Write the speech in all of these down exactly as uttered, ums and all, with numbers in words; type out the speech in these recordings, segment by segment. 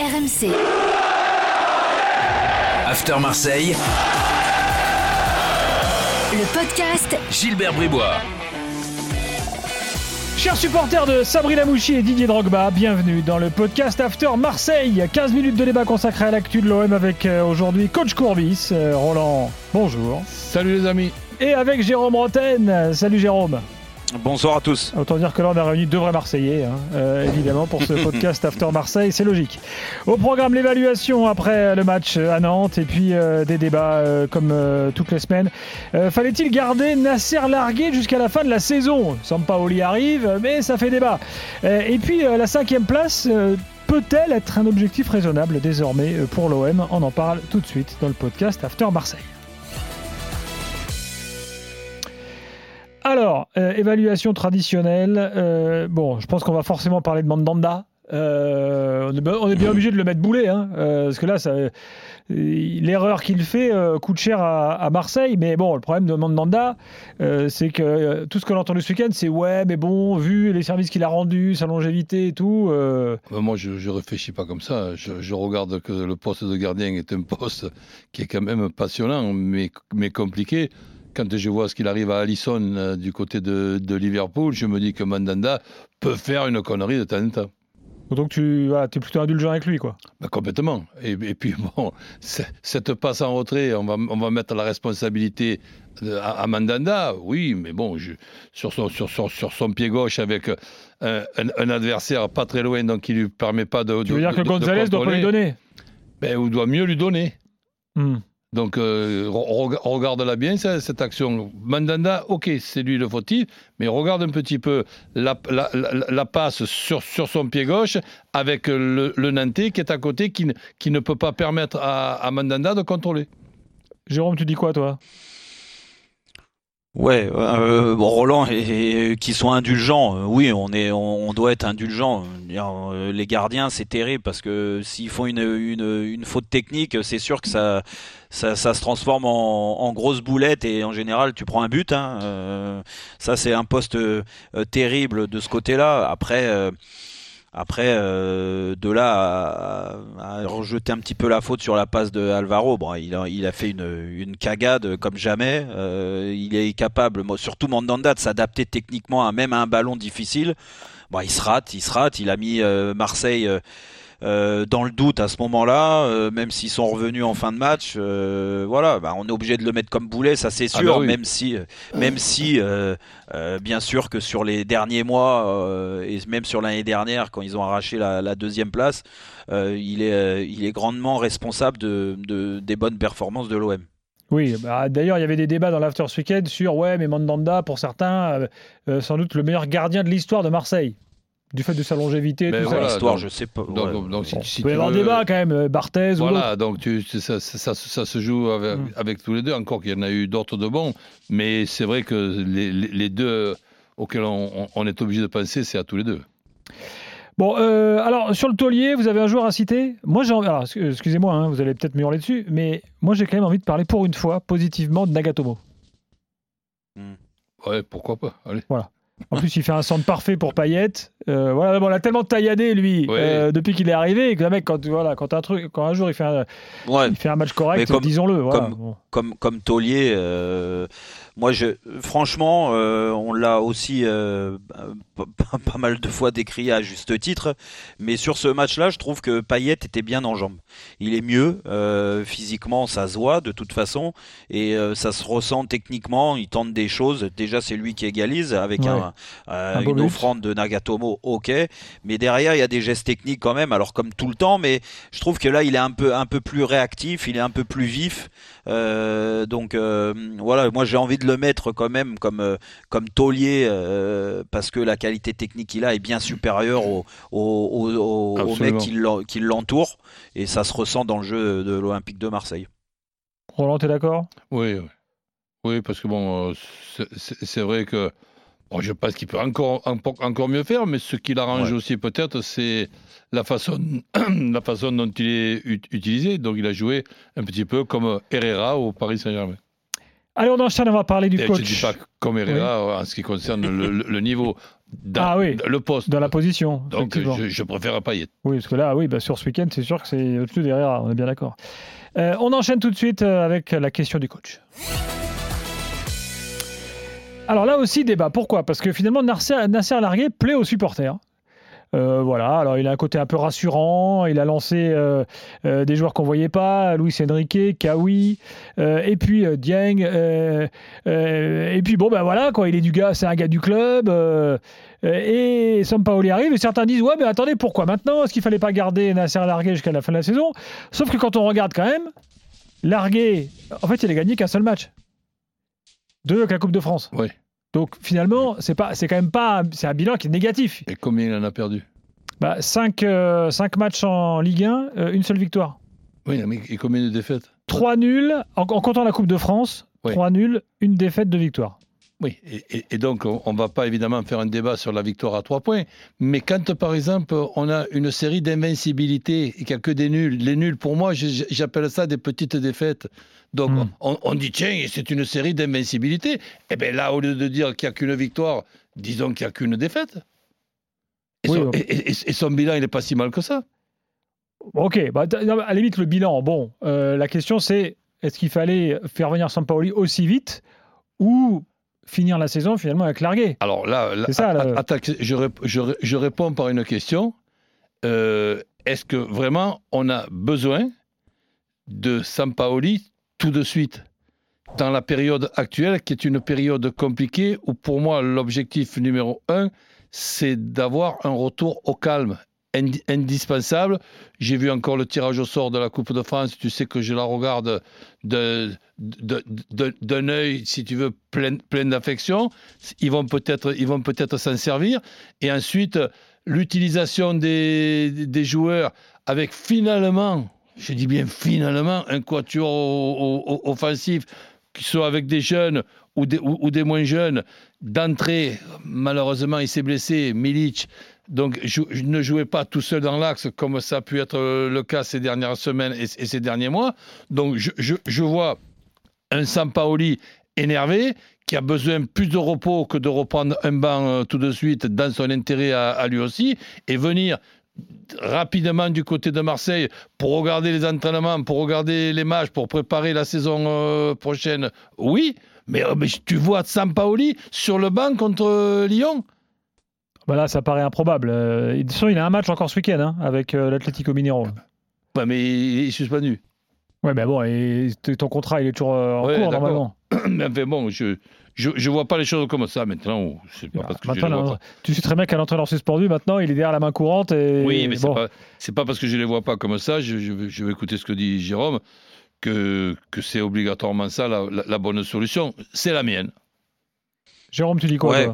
R M C. After Marseille. Le podcast Gilbert Bribois. Chers supporters de Sabri Lamouchi et Didier Drogba, bienvenue dans le podcast After Marseille. quinze minutes de débat consacré à l'actu de l'O M avec euh, aujourd'hui Coach Courbis. Euh, Roland, bonjour. Salut les amis. Et avec Jérôme Roten. Salut Jérôme. Bonsoir à tous. Autant dire que là on a réuni deux vrais Marseillais, hein, euh, évidemment, pour ce podcast After Marseille, c'est logique. Au programme, l'évaluation après le match à Nantes et puis euh, des débats euh, comme euh, toutes les semaines. Euh, fallait-il garder Nasser Largué jusqu'à la fin de la saison ? Sampaoli arrive, mais ça fait débat. Euh, et puis euh, la cinquième place, euh, peut-elle être un objectif raisonnable désormais pour l'O M ? On en parle tout de suite dans le podcast After Marseille. Alors, euh, évaluation traditionnelle. Euh, bon, je pense qu'on va forcément parler de Mandanda. Euh, on, est, on est bien obligé de le mettre boulet, hein, euh, parce que là, ça, euh, l'erreur qu'il fait euh, coûte cher à, à Marseille. Mais bon, le problème de Mandanda, euh, c'est que euh, tout ce qu'on a entendu ce week-end, c'est ouais, mais bon, vu les services qu'il a rendus, sa longévité et tout. Euh... Moi, je ne réfléchis pas comme ça. Je, je regarde que le poste de gardien est un poste qui est quand même passionnant, mais, mais compliqué. Quand je vois ce qu'il arrive à Alisson euh, du côté de, de Liverpool, je me dis que Mandanda peut faire une connerie de temps en temps. Donc tu voilà, es plutôt indulgent avec lui, quoi. Ben, complètement. Et, et puis bon, cette passe en retrait, on va, on va mettre la responsabilité à, à Mandanda, oui, mais bon, je, sur, son, sur, sur, sur son pied gauche avec un, un, un adversaire pas très loin, donc qui ne lui permet pas de... Tu veux de, dire que de, Gonzalez doit pas lui donner ? Ben, ou doit mieux lui donner. Hmm. Donc, euh, re- regarde-la bien, cette action. Mandanda, ok, c'est lui le fautif, mais regarde un petit peu la, la, la, la passe sur, sur son pied gauche avec le, le Nantais qui est à côté, qui ne, qui ne peut pas permettre à, à Mandanda de contrôler. Jérôme, tu dis quoi, toi ? Ouais, euh, bon, Roland, et, et, qui sont indulgents. Euh, oui, on est, on, on doit être indulgent. Euh, les gardiens, c'est terrible parce que s'ils font une, une, une faute technique, c'est sûr que ça, ça, ça se transforme en, en grosse boulette et en général, tu prends un but. Hein. Euh, ça, c'est un poste euh, terrible de ce côté-là. Après. Euh, Après, euh, de là à, à rejeter un petit peu la faute sur la passe de Alvaro, bon, il a, il a fait une, une cagade comme jamais. Euh, il est capable, surtout Mandanda, de s'adapter techniquement à même à un ballon difficile. Bon, il se rate, il se rate. Il a mis euh, Marseille euh, euh, dans le doute à ce moment-là, euh, même s'ils sont revenus en fin de match. Euh, voilà, bah, on est obligé de le mettre comme boulet, ça c'est sûr. Ah bah oui. Même si, même si, euh, euh, bien sûr que sur les derniers mois euh, et même sur l'année dernière, quand ils ont arraché la, la deuxième place, euh, il est, euh, il est grandement responsable de, de, des bonnes performances de l'O M. Oui, bah d'ailleurs, il y avait des débats dans l'After ce week-end sur ouais, mais Mandanda, pour certains, euh, euh, sans doute le meilleur gardien de l'histoire de Marseille. Du fait de sa longévité, mais tout voilà, ça. L'histoire, donc, je sais pas. Donc, ouais. donc, donc, si, bon, si il peut y tu avoir un veux, débat quand même, Barthez voilà, ou l'autre. donc tu, ça, ça, ça, ça se joue avec, mm. avec tous les deux. Encore qu'il y en a eu d'autres de bons, mais c'est vrai que les, les, les deux auxquels on, on est obligé de penser, c'est à tous les deux. Bon, euh, alors sur le taulier, vous avez un joueur à citer ? Moi, j'ai envie, alors, excusez-moi, hein, vous allez peut-être me hurler dessus, mais moi j'ai quand même envie de parler pour une fois positivement de Nagatomo. Mm. Ouais, pourquoi pas. Allez. Voilà. En plus, il fait un centre parfait pour Payet. Euh, voilà, bon, on l'a tellement tailladé lui ouais. euh, depuis qu'il est arrivé que le mec, quand voilà, quand un truc, quand un jour il fait un, ouais. il fait un match correct, comme, disons-le. Voilà. Comme, bon. comme comme taulier, euh, moi, je, franchement, euh, on l'a aussi euh, pas, pas mal de fois décrié à juste titre, mais sur ce match-là, je trouve que Payet était bien en jambes. Il est mieux euh, physiquement, ça se voit de toute façon, et euh, ça se ressent techniquement. Il tente des choses. Déjà, c'est lui qui égalise avec ouais. un, euh, un une but. Offrande de Nagatomo. Ok, mais derrière il y a des gestes techniques quand même, alors comme tout le temps, mais je trouve que là il est un peu un peu plus réactif, il est un peu plus vif, euh, donc euh, voilà, moi j'ai envie de le mettre quand même comme euh, comme taulier euh, parce que la qualité technique qu'il a est bien supérieure au au, au, au mec qui, qui l'entoure et ça se ressent dans le jeu de l'Olympique de Marseille. Roland, t'es d'accord ? Oui, oui, oui, parce que bon, c'est, c'est, c'est vrai que bon, je pense qu'il peut encore, encore mieux faire, mais ce qui l'arrange ouais. aussi peut-être, c'est la façon, la façon dont il est utilisé. Donc il a joué un petit peu comme Herrera au Paris Saint-Germain. Allez, on enchaîne, on va parler du Et coach. je ne dis pas comme Herrera oui. en ce qui concerne le, le, le niveau, dans, ah oui, le poste. Dans la position. Donc je, je préfère Payet. Oui, parce que là, oui, bah, sur ce week-end, c'est sûr que c'est au-dessus d'Herrera, on est bien d'accord. Euh, on enchaîne tout de suite avec la question du coach. Alors là aussi, débat. Pourquoi ? Parce que finalement, Nasser, Nasser Largué plaît aux supporters. Euh, voilà, alors il a un côté un peu rassurant, il a lancé euh, euh, des joueurs qu'on ne voyait pas, Luis Enrique, Kawi, euh, et puis euh, Dieng, euh, euh, et puis bon ben voilà, quoi, il est du gars, c'est un gars du club, euh, et Sampaoli arrive, et certains disent ouais mais attendez, pourquoi maintenant ? Est-ce qu'il ne fallait pas garder Nasser Largué jusqu'à la fin de la saison ? Sauf que quand on regarde quand même, Largué, en fait il a gagné qu'un seul match, deux avec la Coupe de France. Oui. Donc finalement, c'est pas, c'est quand même pas, c'est un bilan qui est négatif. Et combien il en a perdu ? Bah, cinq euh, matchs en Ligue un, euh, une seule victoire. Oui, mais et combien de défaites ? trois nuls, en, en comptant la Coupe de France, oui. trois nuls, une défaite, deux victoires. Oui, et, et, et donc on ne va pas évidemment faire un débat sur la victoire à trois points, mais quand par exemple on a une série d'invincibilité et qu'il n'y a que des nuls, les nuls pour moi j'appelle ça des petites défaites. Donc mmh. on, on dit tiens, c'est une série d'invincibilité. Et bien là, au lieu de dire qu'il n'y a qu'une victoire, disons qu'il n'y a qu'une défaite. Et, oui, son, okay. et, et, et son bilan, il n'est pas si mal que ça. Ok, bah, à la limite, le bilan, bon, euh, la question c'est, est-ce qu'il fallait faire venir Sampaoli aussi vite ou finir la saison finalement avec Largué ? Alors là, là, ça, là attaque, je, je, je réponds par une question. Euh, est-ce que vraiment on a besoin de Sampaoli tout de suite, dans la période actuelle, qui est une période compliquée, où pour moi, l'objectif numéro un, c'est d'avoir un retour au calme, Indi- indispensable. J'ai vu encore le tirage au sort de la Coupe de France, tu sais que je la regarde de, de, de, d'un œil, si tu veux, plein, plein d'affection. Ils vont peut-être, ils vont peut-être s'en servir. Et ensuite, l'utilisation des, des joueurs avec finalement... Je dis bien finalement un quatuor au, au, au, offensif, qui soit avec des jeunes ou des, ou, ou des moins jeunes. D'entrée, malheureusement, il s'est blessé, Milic. Donc, je, je ne jouais pas tout seul dans l'axe, comme ça a pu être le cas ces dernières semaines et, et ces derniers mois. Donc, je, je, je vois un Sampaoli énervé, qui a besoin plus de repos que de reprendre un banc euh, tout de suite, dans son intérêt à, à lui aussi, et venir... rapidement du côté de Marseille pour regarder les entraînements, pour regarder les matchs, pour préparer la saison euh, prochaine, oui, mais, euh, mais tu vois Sampaoli sur le banc contre euh, Lyon. Bah là, ça paraît improbable. Euh, de toute façon, il a un match encore ce week-end hein, avec euh, l'Atlético Mineiro. Ouais, mais il est suspendu. Ouais, mais bon, et ton contrat, il est toujours euh, en ouais, cours d'accord. normalement. Mais enfin bon, je... Je ne vois pas les choses comme ça maintenant. C'est pas parce que maintenant, je les vois pas. Tu sais très bien qu'un entraîneur suspendu, maintenant, il est derrière la main courante. Et... Oui, mais bon. c'est, pas, c'est pas parce que je ne les vois pas comme ça, je, je, je vais écouter ce que dit Jérôme, que, que c'est obligatoirement ça la, la, la bonne solution. C'est la mienne. Jérôme, tu dis quoi ouais. toi ?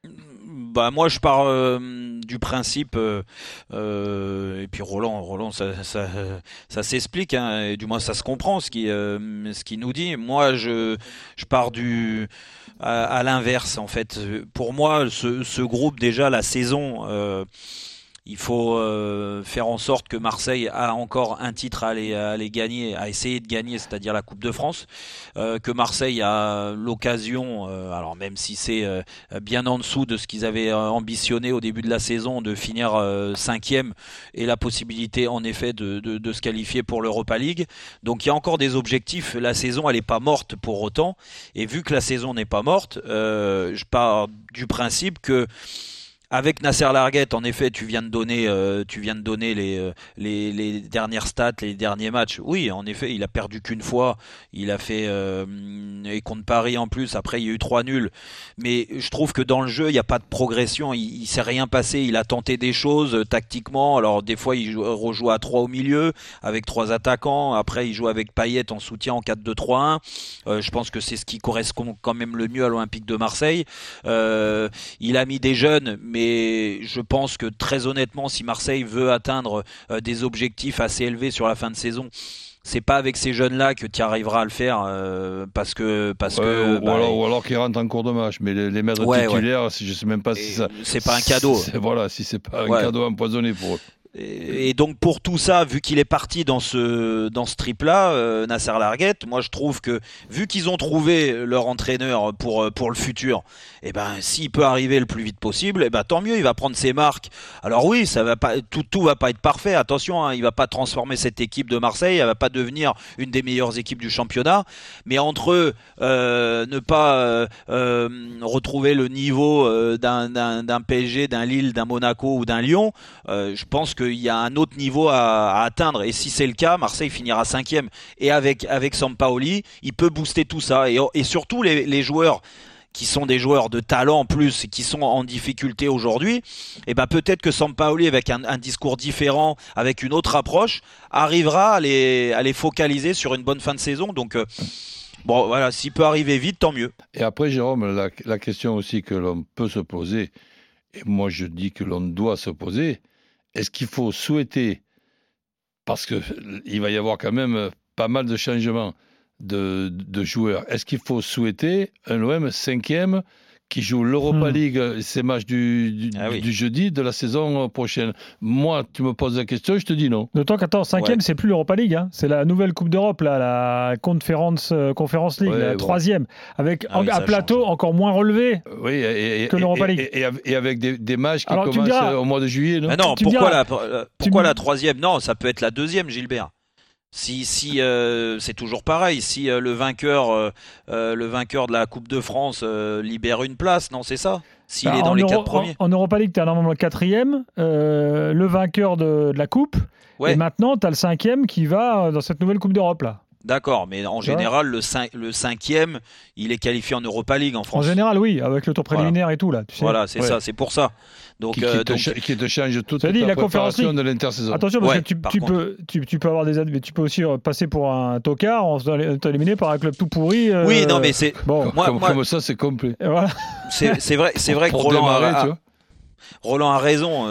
Bah moi je pars euh, du principe euh, euh, et puis Roland Roland ça ça, ça s'explique hein, et du moins ça se comprend ce qui euh, ce qu'il nous dit. Moi je je pars du à, à l'inverse en fait. Pour moi ce ce groupe déjà la saison euh, il faut euh, faire en sorte que Marseille a encore un titre à aller, à aller gagner, à essayer de gagner, c'est-à-dire la Coupe de France. Euh, que Marseille a l'occasion, euh, alors même si c'est euh, bien en dessous de ce qu'ils avaient ambitionné au début de la saison, de finir euh, cinquième et la possibilité en effet de, de, de se qualifier pour l'Europa League. Donc il y a encore des objectifs. La saison elle n'est pas morte pour autant. Et vu que la saison n'est pas morte, euh, je pars du principe que avec Nasser Larguet, en effet, tu viens de donner, euh, tu viens de donner les, euh, les les dernières stats, les derniers matchs. Oui, en effet, il a perdu qu'une fois. Il a fait euh, et contre Paris en plus. Après, il y a eu trois nuls. Mais je trouve que dans le jeu, il n'y a pas de progression. Il, il s'est rien passé. Il a tenté des choses euh, tactiquement. Alors des fois, il joue, rejoue à trois au milieu avec trois attaquants. Après, il joue avec Payet en soutien en quatre deux trois un. Euh, je pense que c'est ce qui correspond quand même le mieux à l'Olympique de Marseille. Euh, il a mis des jeunes, mais Et je pense que très honnêtement, si Marseille veut atteindre euh, des objectifs assez élevés sur la fin de saison, c'est pas avec ces jeunes-là que tu arriveras à le faire euh, parce que parce ouais, que ou, bah, alors, ou alors qu'ils rentrent en cours de match. Mais les, les mettre ouais, titulaires, ouais. je sais même pas si ça. C'est pas un cadeau. C'est, voilà, si c'est pas un ouais. cadeau empoisonné pour eux. Et donc pour tout ça, vu qu'il est parti dans ce dans ce trip-là, euh, Nasser Larguette, moi je trouve que vu qu'ils ont trouvé leur entraîneur pour pour le futur, et eh ben s'il peut arriver le plus vite possible, et eh ben tant mieux, il va prendre ses marques. Alors oui, ça va pas tout tout va pas être parfait. Attention, hein, il va pas transformer cette équipe de Marseille, elle va pas devenir une des meilleures équipes du championnat. Mais entre euh, ne pas euh, euh, retrouver le niveau euh, d'un d'un d'un P S G, d'un Lille, d'un Monaco ou d'un Lyon, euh, je pense que qu'il y a un autre niveau à, à atteindre, et si c'est le cas, Marseille finira cinquième, et avec, avec Sampaoli, il peut booster tout ça, et, et surtout les, les joueurs qui sont des joueurs de talent en plus, qui sont en difficulté aujourd'hui, et ben peut-être que Sampaoli, avec un, un discours différent, avec une autre approche, arrivera à les, à les focaliser sur une bonne fin de saison, donc euh, bon voilà, s'il peut arriver vite, tant mieux. Et après Jérôme, la, la question aussi que l'on peut se poser, et moi je dis que l'on doit se poser, est-ce qu'il faut souhaiter, parce qu'il va y avoir quand même pas mal de changements de, de joueurs, est-ce qu'il faut souhaiter un O M cinquième qui joue l'Europa League, ces matchs du, du, ah oui. du jeudi de la saison prochaine? Moi, tu me poses la question, je te dis non. D'autant qu'attends, cinquième, ouais. c'est plus l'Europa League, hein. C'est la nouvelle Coupe d'Europe, là, la Conference, euh, Conference League, ouais, la bon. troisième, avec ah oui, un plateau change. encore moins relevé oui, et, et, que l'Europa League. Et, et, et avec des, des matchs qui Alors, commencent diras, au mois de juillet, non? Mais non, tu pourquoi, diras, la, pourquoi la troisième? Non, ça peut être la deuxième, Gilbert. Si, si euh, c'est toujours pareil, si euh, le vainqueur, euh, euh, le vainqueur de la Coupe de France euh, libère une place, non, c'est ça. S'il bah, est dans les Euro, quatre premiers. En, en Europa League, tu as normalement le quatrième, euh, le vainqueur de, de la Coupe, ouais. et maintenant tu as le cinquième qui va dans cette nouvelle Coupe d'Europe là. D'accord, mais en général, le, cinq, le cinquième, il est qualifié en Europa League en France. En général, oui, avec le tour préliminaire voilà. et tout là. Tu sais. Voilà, c'est ouais. ça, c'est pour ça. Donc, qui, qui, euh, te, donc... qui te change toute dit, la, la préparation de l'intersaison. Attention, parce ouais, que tu, tu peux, tu, tu peux avoir des, mais tu peux aussi passer pour un tocard en étant éliminé par un club tout pourri. Euh... Oui, non, mais c'est bon. Moi, comme, moi... comme ça, c'est complet. Voilà. C'est, c'est vrai, c'est vrai pour, que Roland démarrer, a, tu vois. Roland a raison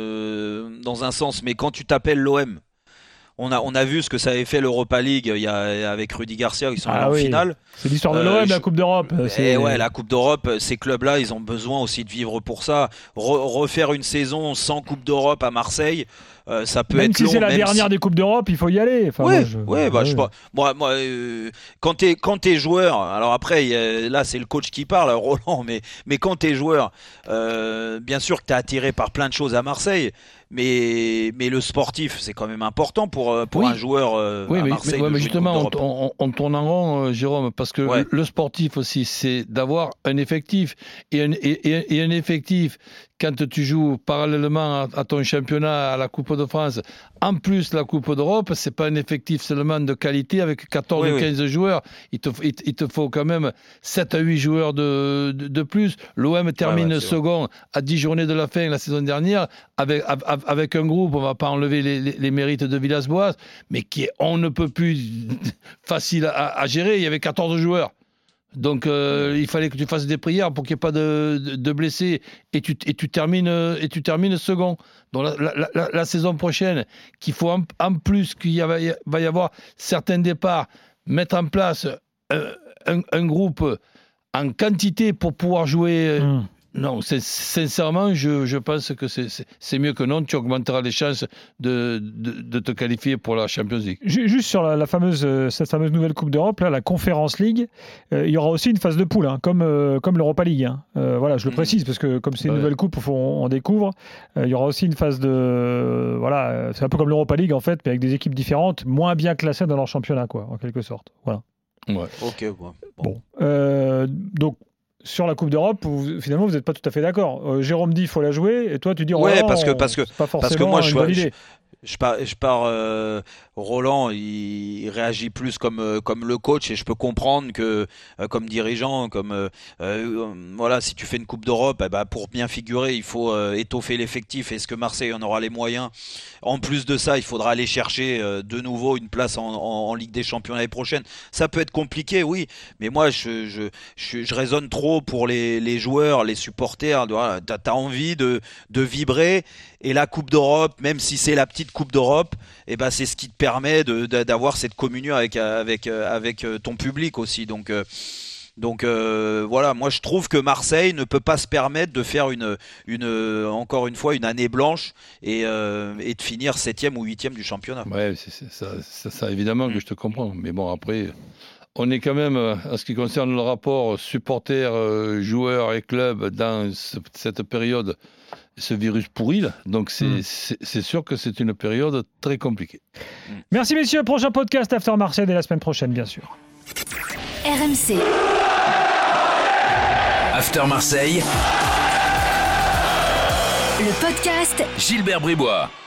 euh, dans un sens, mais quand tu t'appelles l'O M. On a, on a vu ce que ça avait fait l'Europa League il y a, avec Rudy Garcia, ils sont ah en oui. finale. C'est l'histoire de l'O M, euh, la Coupe d'Europe. C'est... Et ouais, la Coupe d'Europe, ces clubs-là, ils ont besoin aussi de vivre pour ça. Re- refaire une saison sans Coupe d'Europe à Marseille, euh, ça peut même être si long. c'est la même dernière si... des Coupes d'Europe, il faut y aller. Enfin, ouais, moi, je... ouais, bah, ouais. je sais pas. Moi, moi, euh, quand t'es, quand t'es joueur, alors après, a, là, c'est le coach qui parle, Roland, mais, mais quand t'es joueur, euh, bien sûr que t'es attiré par plein de choses à Marseille. Mais, mais le sportif, c'est quand même important pour, pour oui. un joueur euh, oui, à mais, Marseille. Mais, ouais, mais justement, on, on, on tourne en rond, euh, Jérôme, parce que ouais. le, le sportif aussi, c'est d'avoir un effectif. Et un, et, et, et un effectif, quand tu joues parallèlement à, à ton championnat, à la Coupe de France, en plus la Coupe d'Europe, c'est pas un effectif seulement de qualité avec quatorze ou oui, quinze oui. joueurs. Il te, il, il te faut quand même sept à huit joueurs de, de, de plus. L'O M termine ouais, ouais, second vrai. à dix journées de la fin la saison dernière avec, avec avec un groupe, on ne va pas enlever les, les, les mérites de Villas-Boas, mais qui est, on ne peut plus facile à, à gérer. Il y avait quatorze joueurs. Donc, euh, il fallait que tu fasses des prières pour qu'il n'y ait pas de, de, de blessés. Et tu, et, tu termines, et tu termines second. Donc, la, la, la, la saison prochaine, qu'il faut en, en plus qu'il y a, va y avoir certains départs, mettre en place un, un, un groupe en quantité pour pouvoir jouer... Mmh. Non, c'est, sincèrement, je, je pense que c'est, c'est, c'est mieux que non. Tu augmenteras les chances de, de, de te qualifier pour la Champions League. Juste sur la, la fameuse, cette fameuse nouvelle Coupe d'Europe, là, la Conference League, euh, il y aura aussi une phase de poule, hein, comme, euh, comme l'Europa League. Hein. Euh, voilà, je le précise, parce que comme c'est une ouais. nouvelle coupe, on, on découvre. Euh, il y aura aussi une phase de... Euh, voilà, c'est un peu comme l'Europa League, en fait, mais avec des équipes différentes, moins bien classées dans leur championnat, quoi, en quelque sorte. Voilà. Ouais. Ok, ouais. Bon. bon. Euh, donc, sur la Coupe d'Europe, vous, finalement, vous n'êtes pas tout à fait d'accord. Euh, Jérôme dit qu'il faut la jouer, et toi, tu dis oh, ouais, non, parce que parce que pas forcément parce que moi, une je, bonne idée. Je, je pars, je pars euh, Roland, il, il réagit plus comme euh, comme le coach, et je peux comprendre que euh, comme dirigeant, comme euh, euh, voilà, si tu fais une Coupe d'Europe, eh ben, pour bien figurer, il faut euh, étoffer l'effectif. Est-ce que Marseille en aura les moyens? En plus de ça, il faudra aller chercher euh, de nouveau une place en, en, en Ligue des Champions l'année prochaine. Ça peut être compliqué, oui, mais moi, je je je, je raisonne trop pour les les joueurs, les supporters. Voilà, t'as, t'as envie de de vibrer, et la Coupe d'Europe, même si c'est la petite Coupe d'Europe, eh ben c'est ce qui te permet de, de, d'avoir cette communion avec avec avec ton public aussi. Donc euh, Donc euh, voilà, moi je trouve que Marseille ne peut pas se permettre de faire une, une encore une fois une année blanche et, euh, et de finir septième ou huitième du championnat. Ouais, c'est, c'est ça, c'est ça évidemment que je te comprends. Mais bon, après, on est quand même, en ce qui concerne le rapport supporters, joueurs et clubs dans ce, cette période, ce virus pourri là. Donc c'est, mmh. c'est, c'est sûr que c'est une période très compliquée. Merci messieurs, prochain podcast After Marseille dès la semaine prochaine bien sûr. R M C After Marseille, le podcast Gilbert Bribois.